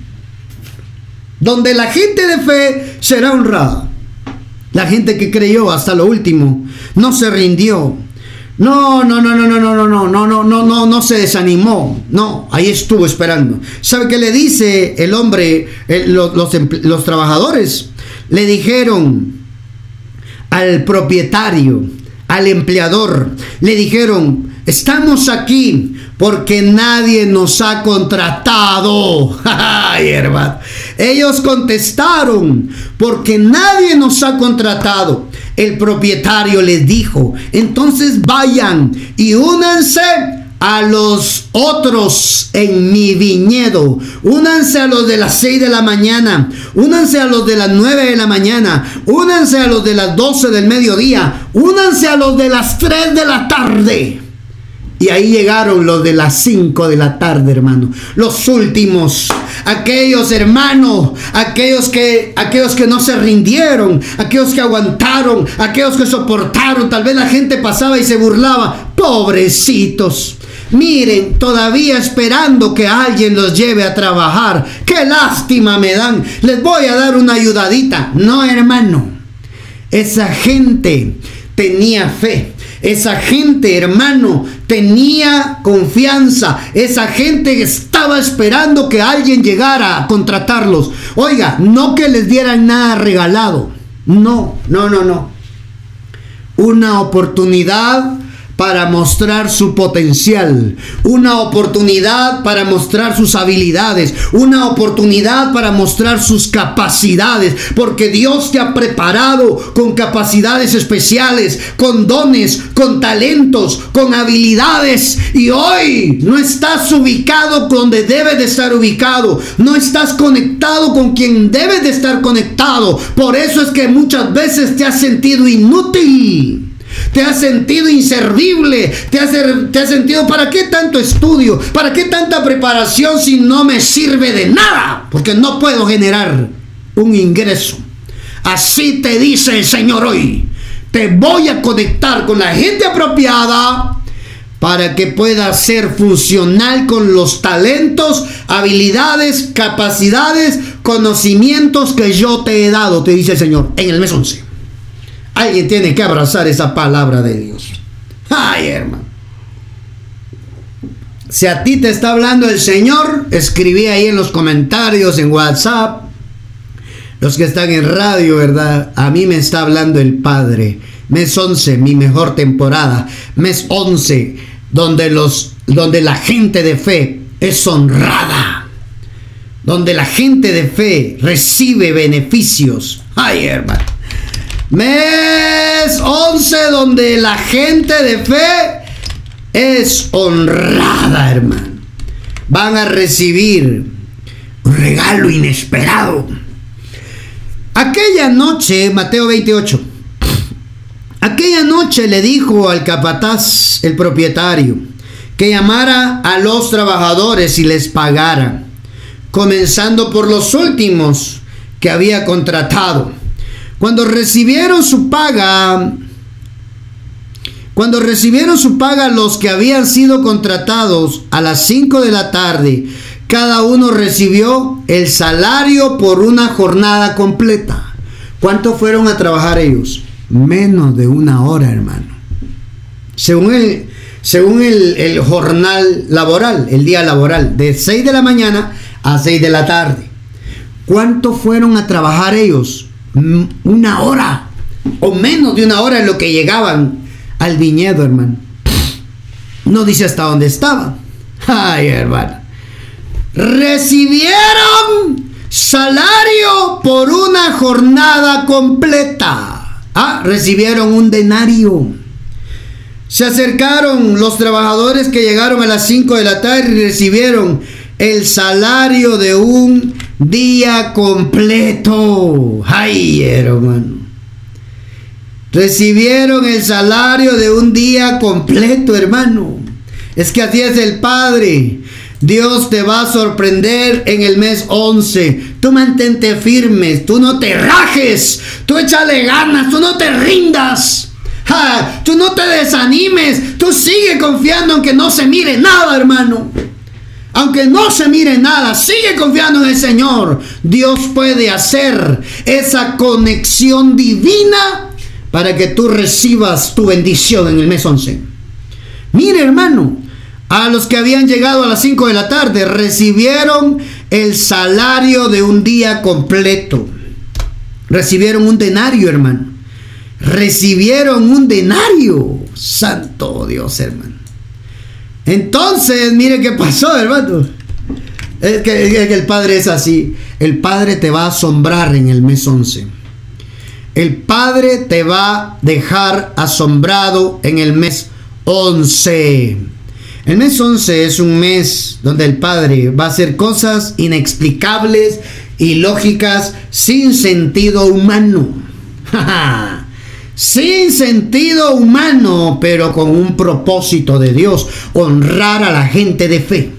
Donde la gente de fe será honrada. La gente que creyó hasta lo último, no se rindió. No, no, no, no, no, no, no, no, no, no, no, no, no se desanimó. No, ahí estuvo esperando. ¿Sabe qué le dice el hombre? El, los, los, los trabajadores le dijeron al propietario, al empleador, le dijeron: estamos aquí porque nadie nos ha contratado. Ay, hermano. Ellos contestaron: porque nadie nos ha contratado. El propietario les dijo: entonces vayan y únanse a los otros en mi viñedo. Únanse a los de las seis de la mañana. Únanse a los de las nueve de la mañana. Únanse a los de las doce del mediodía. Únanse a los de las tres de la tarde. Y ahí llegaron los de las cinco de la tarde, hermano. Los últimos. Aquellos, hermanos, aquellos que, aquellos que no se rindieron, aquellos que aguantaron, aquellos que soportaron. Tal vez la gente pasaba y se burlaba. Pobrecitos. Miren, todavía esperando que alguien los lleve a trabajar. ¡Qué lástima me dan! Les voy a dar una ayudadita. No, hermano. Esa gente tenía fe. Esa gente, hermano, tenía confianza. Esa gente estaba esperando que alguien llegara a contratarlos. Oiga, no que les dieran nada regalado. No, no, no, no. Una oportunidad para mostrar su potencial, una oportunidad para mostrar sus habilidades, una oportunidad para mostrar sus capacidades, porque Dios te ha preparado con capacidades especiales, con dones, con talentos, con habilidades, y hoy no estás ubicado donde debes de estar ubicado, no estás conectado con quien debes de estar conectado. Por eso es que muchas veces te has sentido inútil. Te has sentido inservible, te has, te has sentido, ¿para qué tanto estudio? ¿Para qué tanta preparación si no me sirve de nada? Porque no puedo generar un ingreso. Así te dice el Señor hoy. Te voy a conectar con la gente apropiada para que puedas ser funcional con los talentos, habilidades, capacidades, conocimientos que yo te he dado, te dice el Señor en el mes once. Alguien tiene que abrazar esa palabra de Dios. Ay, hermano. Si a ti te está hablando el Señor, escribí ahí en los comentarios, en WhatsApp. Los que están en radio, ¿verdad? A mí me está hablando el Padre. Mes once, mi mejor temporada. Mes once, donde, los, donde la gente de fe es honrada. Donde la gente de fe recibe beneficios. Ay, hermano. Mes once, donde la gente de fe es honrada, hermano. Van a recibir un regalo inesperado. Aquella noche, Mateo veintiocho, aquella noche le dijo al capataz, el propietario, que llamara a los trabajadores y les pagara, comenzando por los últimos que había contratado. Cuando recibieron su paga, cuando recibieron su paga los que habían sido contratados a las cinco de la tarde, cada uno recibió el salario por una jornada completa. ¿Cuánto fueron a trabajar ellos? Menos de una hora, hermano. Según el, según el, el jornal laboral, el día laboral, de seis de la mañana a seis de la tarde. ¿Cuánto fueron a trabajar ellos? Una hora o menos de una hora en lo que llegaban al viñedo, hermano. No dice hasta dónde estaban. Ay, hermano. Recibieron salario por una jornada completa. Ah, recibieron un denario. Se acercaron los trabajadores que llegaron a las cinco de la tarde y recibieron el salario de un día completo. Ay, hermano. Recibieron el salario de un día completo, hermano. Es que así es el Padre. Dios te va a sorprender en el mes once. Tú mantente firme, tú no te rajes, tú échale ganas, tú no te rindas. Ja, tú no te desanimes, tú sigue confiando aunque no se mire nada, hermano. Aunque no se mire nada, sigue confiando en el Señor. Dios puede hacer esa conexión divina para que tú recibas tu bendición en el mes once. Mire, hermano, a los que habían llegado a las cinco de la tarde recibieron el salario de un día completo. Recibieron un denario, hermano. Recibieron un denario. Santo Dios, hermano. Entonces, mire qué pasó, hermano. Es que, es que el Padre es así. El Padre te va a asombrar en el mes once. El Padre te va a dejar asombrado en el mes once. El mes once es un mes donde el Padre va a hacer cosas inexplicables y lógicas sin sentido humano. Sin sentido humano, pero con un propósito de Dios: honrar a la gente de fe.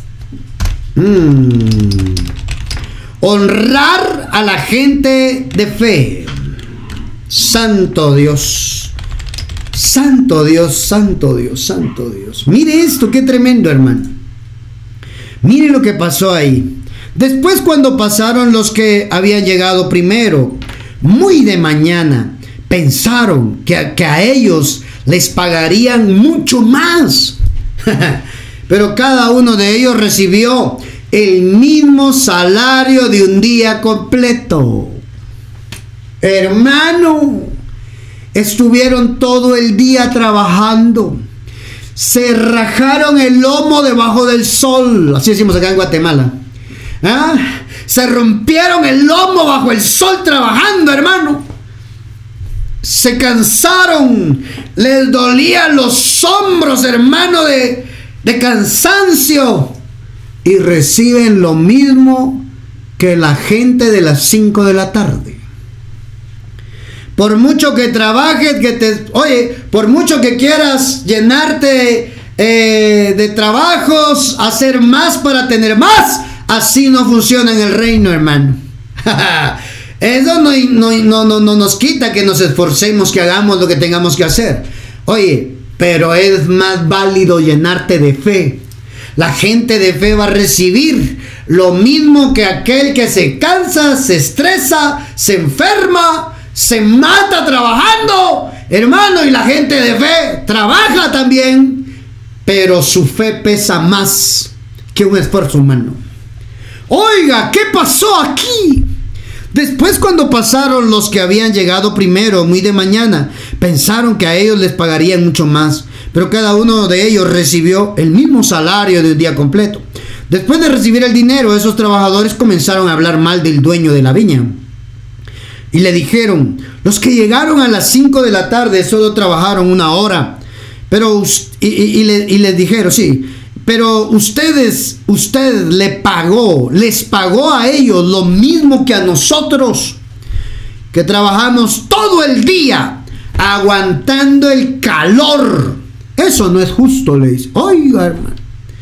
Mm. Honrar a la gente de fe. Santo Dios. Santo Dios, santo Dios, santo Dios. Mire esto, qué tremendo, hermano. Mire lo que pasó ahí. Después, cuando pasaron los que habían llegado primero, muy de mañana, pensaron que a, que a ellos les pagarían mucho más. Pero cada uno de ellos recibió el mismo salario de un día completo. Hermano, estuvieron todo el día trabajando. Se rajaron el lomo debajo del sol. Así decimos acá en Guatemala. ¿Ah? Se rompieron el lomo bajo el sol trabajando, hermano. Se cansaron. Les dolían los hombros, hermano, de, de cansancio. Y reciben lo mismo que la gente de las cinco de la tarde. Por mucho que trabajes, que te, oye, por mucho que quieras llenarte eh, de trabajos, hacer más para tener más, así no funciona en el reino, hermano. Eso no, no, no, no, no nos quita que nos esforcemos, que hagamos lo que tengamos que hacer. Oye, pero es más válido llenarte de fe. La gente de fe va a recibir lo mismo que aquel que se cansa, se estresa, se enferma, se mata trabajando, hermano. Y la gente de fe trabaja también, pero su fe pesa más que un esfuerzo humano. Oiga, ¿qué pasó aquí? Después, cuando pasaron los que habían llegado primero, muy de mañana, pensaron que a ellos les pagarían mucho más, pero cada uno de ellos recibió el mismo salario de un día completo. Después de recibir el dinero, esos trabajadores comenzaron a hablar mal del dueño de la viña. Y le dijeron: los que llegaron a las cinco de la tarde solo trabajaron una hora. Pero, y, y, y, le, y les dijeron, sí, pero ustedes, usted le pagó, les pagó a ellos lo mismo que a nosotros, que trabajamos todo el día aguantando el calor. Eso no es justo, le dice. Oiga, hermano,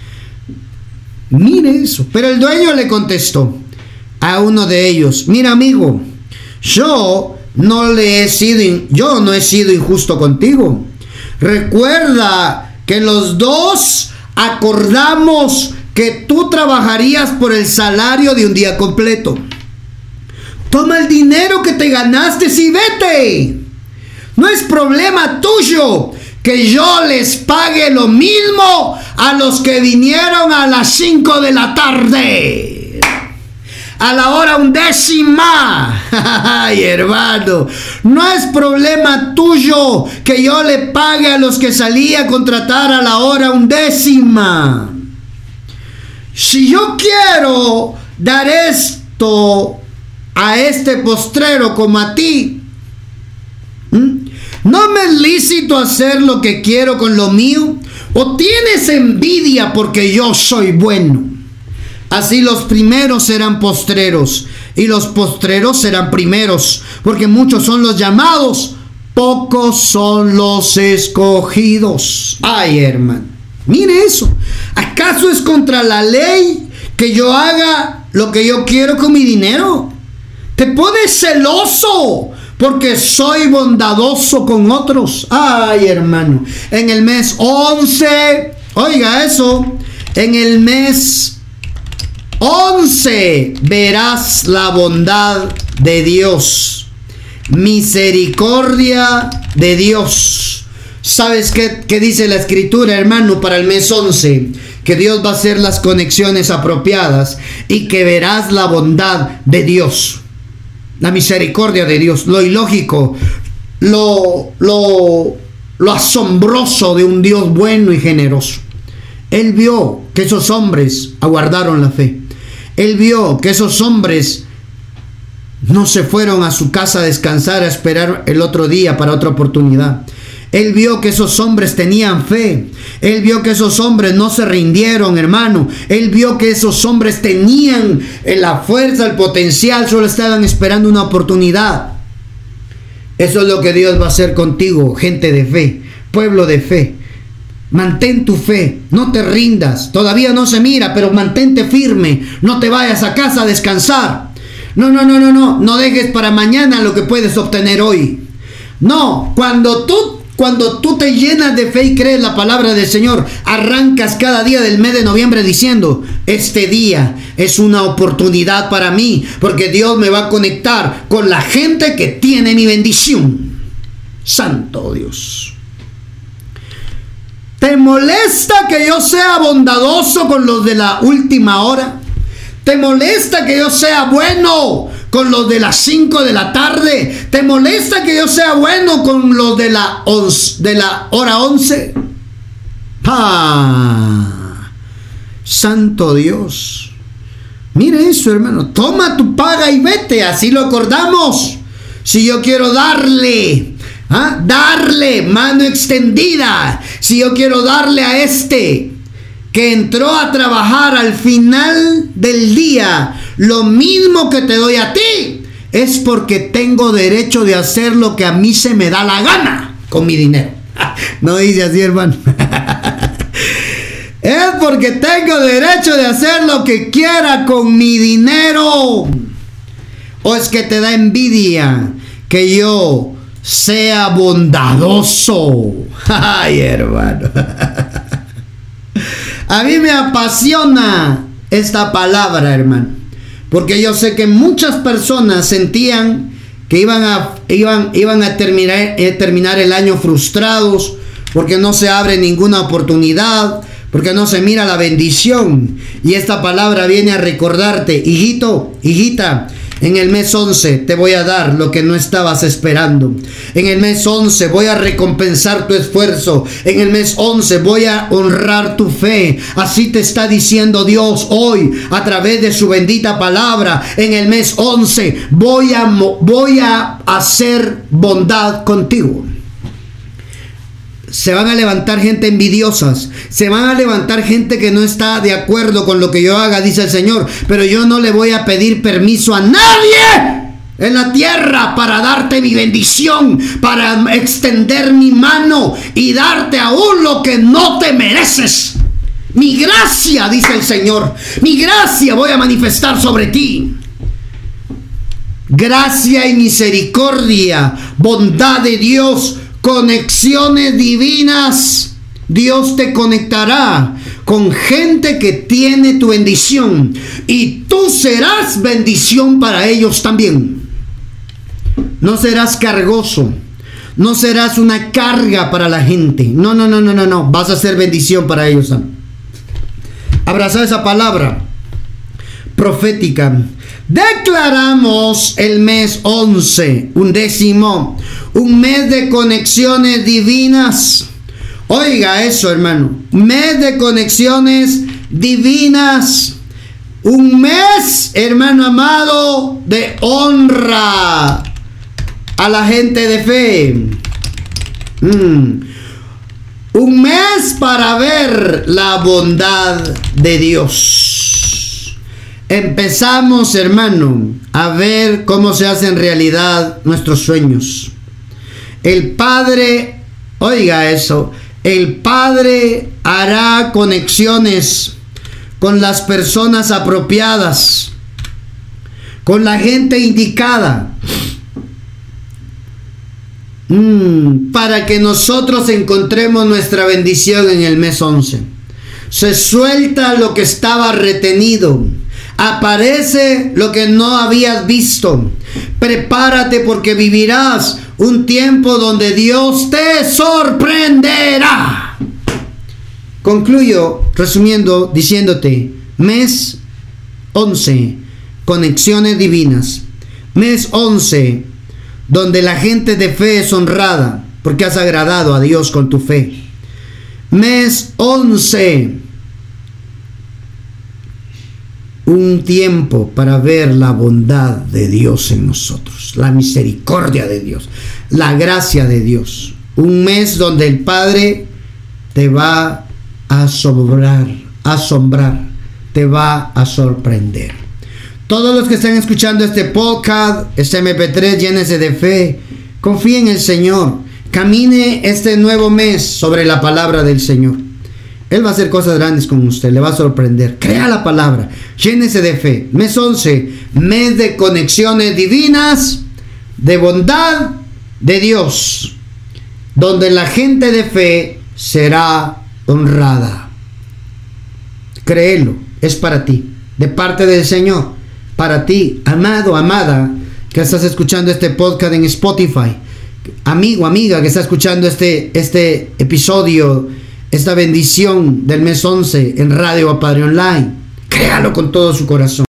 mire eso. Pero el dueño le contestó a uno de ellos: mira, amigo, yo no le he sido, yo no he sido injusto contigo. Recuerda que los dos acordamos que tú trabajarías por el salario de un día completo. Toma el dinero que te ganaste y vete. No es problema tuyo que yo les pague lo mismo a los que vinieron a las cinco de la tarde, a la hora undécima. Ay, hermano, no es problema tuyo que yo le pague a los que salí a contratar a la hora undécima. Si yo quiero dar esto a este postrero como a ti, ¿m? ¿no me es lícito hacer lo que quiero con lo mío? ¿O tienes envidia porque yo soy bueno? Así los primeros serán postreros, y los postreros serán primeros, porque muchos son los llamados, pocos son los escogidos. Ay, hermano, mire eso. ¿Acaso es contra la ley que yo haga lo que yo quiero con mi dinero? Te pones celoso porque soy bondadoso con otros. Ay, hermano, en el mes once, oiga eso, en el mes once verás la bondad de Dios, misericordia de Dios. ¿Sabes qué, qué dice la escritura, hermano, para el mes once? Que Dios va a hacer las conexiones apropiadas y que verás la bondad de Dios, la misericordia de Dios, lo ilógico, lo, lo, lo asombroso de un Dios bueno y generoso. Él vio que esos hombres aguardaron la fe. Él vio que esos hombres no se fueron a su casa a descansar, a esperar el otro día para otra oportunidad. Él vio que esos hombres tenían fe. Él vio que esos hombres no se rindieron, hermano. Él vio que esos hombres tenían la fuerza, el potencial, solo estaban esperando una oportunidad. Eso es lo que Dios va a hacer contigo, gente de fe, pueblo de fe. Mantén tu fe, no te rindas. Todavía no se mira, pero mantente firme. No te vayas a casa a descansar. No, no, no, no, no. No dejes para mañana lo que puedes obtener hoy. No, cuando tú Cuando tú te llenas de fe y crees la palabra del Señor, arrancas cada día del mes de noviembre diciendo, este día es una oportunidad para mí, porque Dios me va a conectar con la gente que tiene mi bendición. Santo Dios. ¿Te molesta que yo sea bondadoso con los de la última hora? ¿Te molesta que yo sea bueno con los de las cinco de la tarde? ¿Te molesta que yo sea bueno con los de la, once, de la hora once? ¡Ah! Santo Dios. Mire eso, hermano. Toma tu paga y vete. Así lo acordamos. Si yo quiero darle, ¿ah? darle mano extendida. Si yo quiero darle a este que entró a trabajar al final del día lo mismo que te doy a ti, es porque tengo derecho de hacer lo que a mí se me da la gana con mi dinero. No dice así, hermano. Es porque tengo derecho de hacer lo que quiera con mi dinero. ¿O es que te da envidia que yo sea bondadoso? Ay, hermano. A mí me apasiona esta palabra, hermano, porque yo sé que muchas personas sentían que iban a, iban, iban a terminar, eh, terminar el año frustrados, porque no se abre ninguna oportunidad, porque no se mira la bendición. Y esta palabra viene a recordarte, hijito, hijita, en el mes once te voy a dar lo que no estabas esperando. En el mes once voy a recompensar tu esfuerzo. En el mes once voy a honrar tu fe. Así te está diciendo Dios hoy a través de su bendita palabra. En el mes once voy a, voy a hacer bondad contigo. Se van a levantar gente envidiosas. Se van a levantar gente que no está de acuerdo con lo que yo haga, dice el Señor. Pero yo no le voy a pedir permiso a nadie en la tierra para darte mi bendición, para extender mi mano y darte aún lo que no te mereces. Mi gracia, dice el Señor, mi gracia voy a manifestar sobre ti. Gracia y misericordia, bondad de Dios, conexiones divinas. Dios te conectará con gente que tiene tu bendición y tú serás bendición para ellos también. No serás cargoso, no serás una carga para la gente. No, no, no, no, no, no. Vas a ser bendición para ellos. Abraza esa palabra profética. Declaramos el mes once, un décimo, un mes de conexiones divinas. Oiga eso, hermano. Mes de conexiones divinas. Un mes, hermano amado, de honra a la gente de fe. Mm. Un mes para ver la bondad de Dios. Empezamos, hermano, a ver cómo se hacen realidad nuestros sueños. El Padre, oiga eso, el Padre hará conexiones con las personas apropiadas, con la gente indicada, mm, para que nosotros encontremos nuestra bendición en el mes once. Se suelta lo que estaba retenido. Aparece lo que no habías visto. Prepárate porque vivirás un tiempo donde Dios te sorprenderá. Concluyo resumiendo diciéndote: mes once, conexiones divinas. Mes once, donde la gente de fe es honrada porque has agradado a Dios con tu fe. Mes once, un tiempo para ver la bondad de Dios en nosotros, la misericordia de Dios, la gracia de Dios. Un mes donde el Padre te va a asombrar, asombrar, te va a sorprender. Todos los que están escuchando este podcast, este eme pe tres, llénense de fe, confíe en el Señor, camine este nuevo mes sobre la palabra del Señor. Él va a hacer cosas grandes con usted, le va a sorprender. Crea la palabra, llénese de fe. Mes once, mes de conexiones divinas, de bondad de Dios. donde la gente de fe será honrada. Créelo, es para ti, de parte del Señor, para ti, amado, amada, que estás escuchando este podcast en Spotify, amigo, amiga, que está escuchando este, este episodio, esta bendición del mes once en Radio Padre Online. Créalo con todo su corazón.